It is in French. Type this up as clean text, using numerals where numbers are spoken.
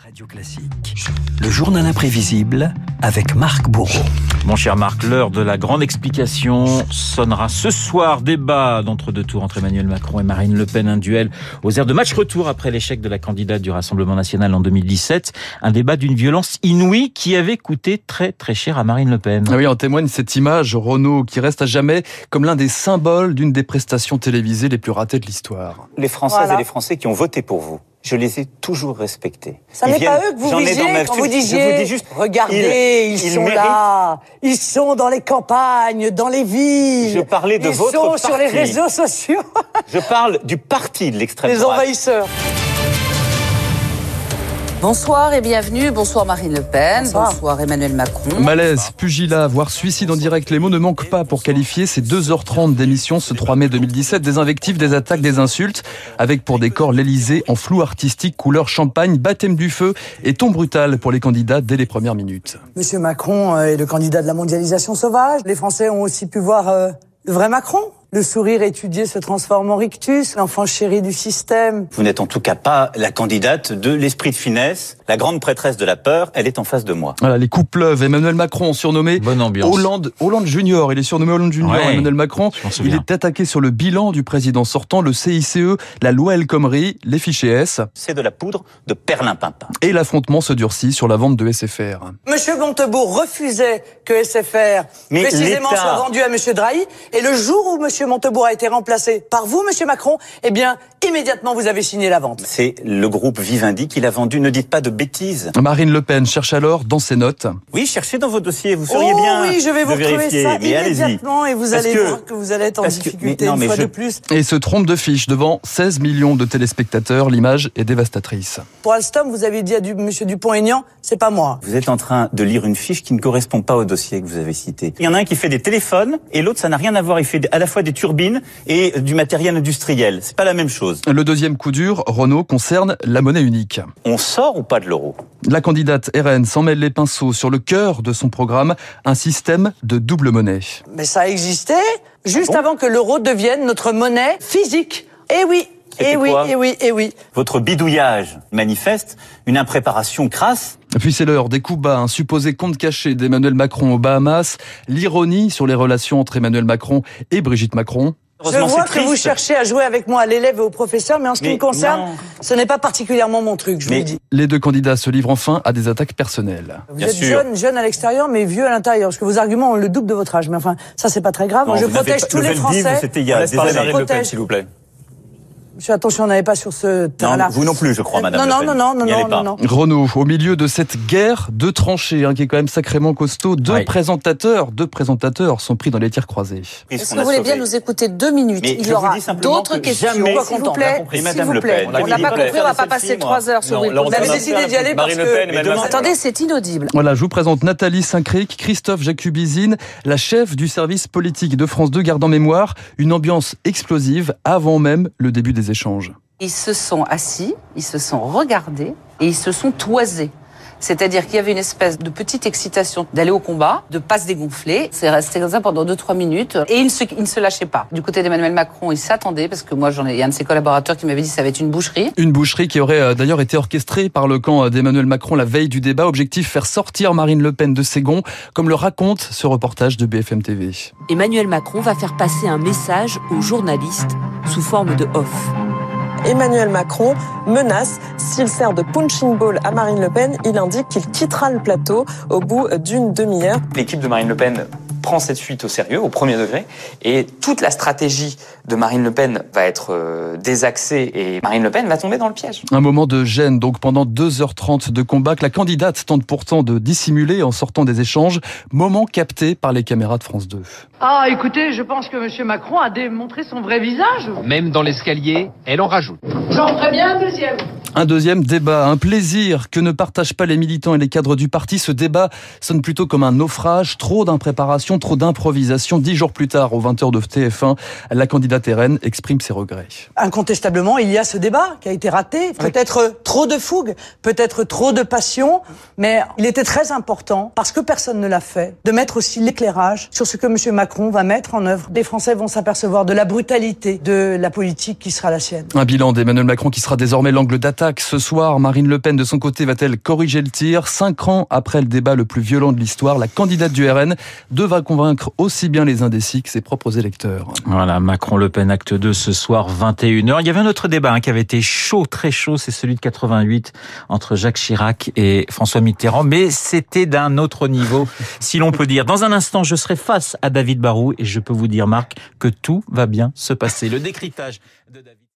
Radio Classique, le journal imprévisible avec Marc Bourreau. Mon cher Marc, l'heure de la grande explication sonnera ce soir. Débat d'entre-deux tours entre Emmanuel Macron et Marine Le Pen. Un duel aux airs de match retour après l'échec de la candidate du Rassemblement national en 2017. Un débat d'une violence inouïe qui avait coûté très très cher à Marine Le Pen. Oui, en témoigne cette image, Renaud, qui reste à jamais comme l'un des symboles d'une des prestations télévisées les plus ratées de l'histoire. Les Françaises et les Français qui ont voté pour vous, je les ai toujours respectés. Ça n'est pas eux que vous visiez quand vous disiez « Regardez, ils sont là, ils sont dans les campagnes, dans les villes, je parlais de votre ils sont parti. Sur les réseaux sociaux ». Je parle du parti de l'extrême droite. Les envahisseurs. Bonsoir et bienvenue. Bonsoir Marine Le Pen. Bonsoir Emmanuel Macron. Malaise, pugilat, voire suicide en direct. Les mots ne manquent pas pour qualifier ces 2h30 d'émission ce 3 mai 2017. Des invectives, des attaques, des insultes. Avec pour décor l'Elysée en flou artistique, couleur champagne, baptême du feu et ton brutal pour les candidats dès les premières minutes. Monsieur Macron est le candidat de la mondialisation sauvage. Les Français ont aussi pu voir le vrai Macron. Le sourire étudié se transforme en rictus, l'enfant chéri du système. Vous n'êtes en tout cas pas la candidate de l'esprit de finesse, la grande prêtresse de la peur, elle est en face de moi. Voilà, les coups pleuvent. Emmanuel Macron, surnommé Hollande Junior. Il est surnommé Hollande Junior, ouais, Emmanuel Macron. Il est attaqué sur le bilan du président sortant, le CICE, la loi El Khomri, les fichiers S. C'est de la poudre de perlimpinpin. Et l'affrontement se durcit sur la vente de SFR. Monsieur Montebourg refusait que SFR, précisément, soit vendu à Monsieur Drahi. Et le jour où Monsieur Montebourg a été remplacé par vous, Monsieur Macron, eh bien, immédiatement, vous avez signé la vente. C'est le groupe Vivendi qui l'a vendu. Ne dites pas de bêtises. Marine Le Pen cherche alors dans ses notes. Oui, cherchez dans vos dossiers. Vous sauriez bien. Oui, je vais vous retrouver ça mais immédiatement et vous allez voir que vous allez être en difficulté une fois de plus. Et se trompe de fiche devant 16 millions de téléspectateurs. L'image est dévastatrice. Pour Alstom, vous avez dit à Monsieur Dupont-Aignan, c'est pas moi. Vous êtes en train de lire une fiche qui ne correspond pas au dossier que vous avez cité. Il y en a un qui fait des téléphones et l'autre, ça n'a rien à voir. Il fait à la fois des turbines et du matériel industriel. C'est pas la même chose. Le deuxième coup dur, Renault, concerne la monnaie unique. On sort ou pas de l'euro ? La candidate RN s'en mêle les pinceaux sur le cœur de son programme, un système de double monnaie. Mais ça existait juste avant que l'euro devienne notre monnaie physique. Eh oui. Eh oui. Votre bidouillage manifeste une impréparation crasse. Puis c'est l'heure des coups bas, un supposé compte caché d'Emmanuel Macron aux Bahamas, l'ironie sur les relations entre Emmanuel Macron et Brigitte Macron. Je vois que vous cherchez à jouer avec moi à l'élève et au professeur, mais en ce qui me concerne, ce n'est pas particulièrement mon truc, je vous le dis. Les deux candidats se livrent enfin à des attaques personnelles. Vous êtes jeune à l'extérieur, mais vieux à l'intérieur, parce que vos arguments ont le double de votre âge. Mais enfin, ça c'est pas très grave. Non, je protège tous les Français. C'était il y a des années. Marine Le Pen, s'il vous plaît. Monsieur, attention, on n'avait pas sur ce terrain-là. Non, vous non plus, je crois, madame Le Pen. Non. Renaud, au milieu de cette guerre de tranchées, qui est quand même sacrément costaud, deux présentateurs sont pris dans les tirs croisés. Est-ce que vous voulez bien nous écouter 2 minutes? Il y aura d'autres questions. S'il vous plaît. On n'a pas compris, on va pas passer 3 heures sur Vous avez décidé d'y aller parce que... Attendez, c'est inaudible. Voilà, je vous présente Nathalie Saint-Cric, Christophe Jacubizine, la chef du service politique de France 2, garde en mémoire une ambiance explosive avant même le début des échanges. Ils se sont assis, ils se sont regardés et ils se sont toisés. C'est-à-dire qu'il y avait une espèce de petite excitation d'aller au combat, de pas se dégonfler. C'est resté comme ça pendant 2-3 minutes et ils ne se lâchaient pas. Du côté d'Emmanuel Macron, il s'attendait parce que moi, il y a un de ses collaborateurs qui m'avait dit que ça va être une boucherie. Une boucherie qui aurait d'ailleurs été orchestrée par le camp d'Emmanuel Macron la veille du débat. Objectif, faire sortir Marine Le Pen de ses gonds, comme le raconte ce reportage de BFM TV. Emmanuel Macron va faire passer un message aux journalistes sous forme de off. Emmanuel Macron menace, s'il sert de punching ball à Marine Le Pen, il indique qu'il quittera le plateau au bout d'une demi-heure. L'équipe de Marine Le Pen prend cette fuite au sérieux, au premier degré, et toute la stratégie de Marine Le Pen va être désaxée et Marine Le Pen va tomber dans le piège. Un moment de gêne, donc pendant 2h30 de combat que la candidate tente pourtant de dissimuler en sortant des échanges, moment capté par les caméras de France 2. Ah, écoutez, je pense que M. Macron a démontré son vrai visage. Même dans l'escalier, elle en rajoute. J'en ferai bien un deuxième. Un deuxième débat, un plaisir que ne partagent pas les militants et les cadres du parti. Ce débat sonne plutôt comme un naufrage, trop d'impréparation d'organisation, trop d'improvisation. 10 jours plus tard, aux 20h de TF1, la candidate RN exprime ses regrets. Incontestablement, il y a ce débat qui a été raté. Peut-être trop de fougue, peut-être trop de passion, mais il était très important, parce que personne ne l'a fait, de mettre aussi l'éclairage sur ce que M. Macron va mettre en œuvre. Les Français vont s'apercevoir de la brutalité de la politique qui sera la sienne. Un bilan d'Emmanuel Macron qui sera désormais l'angle d'attaque. Ce soir, Marine Le Pen, de son côté, va-t-elle corriger le tir ? 5 ans après le débat le plus violent de l'histoire, la candidate du RN devra convaincre aussi bien les indécis que ses propres électeurs. Voilà, Macron-Le Pen, acte 2 ce soir, 21h. Il y avait un autre débat qui avait été chaud, très chaud, c'est celui de 88 entre Jacques Chirac et François Mitterrand, mais c'était d'un autre niveau, si l'on peut dire. Dans un instant, je serai face à David Barrault et je peux vous dire, Marc, que tout va bien se passer. Le décryptage de David.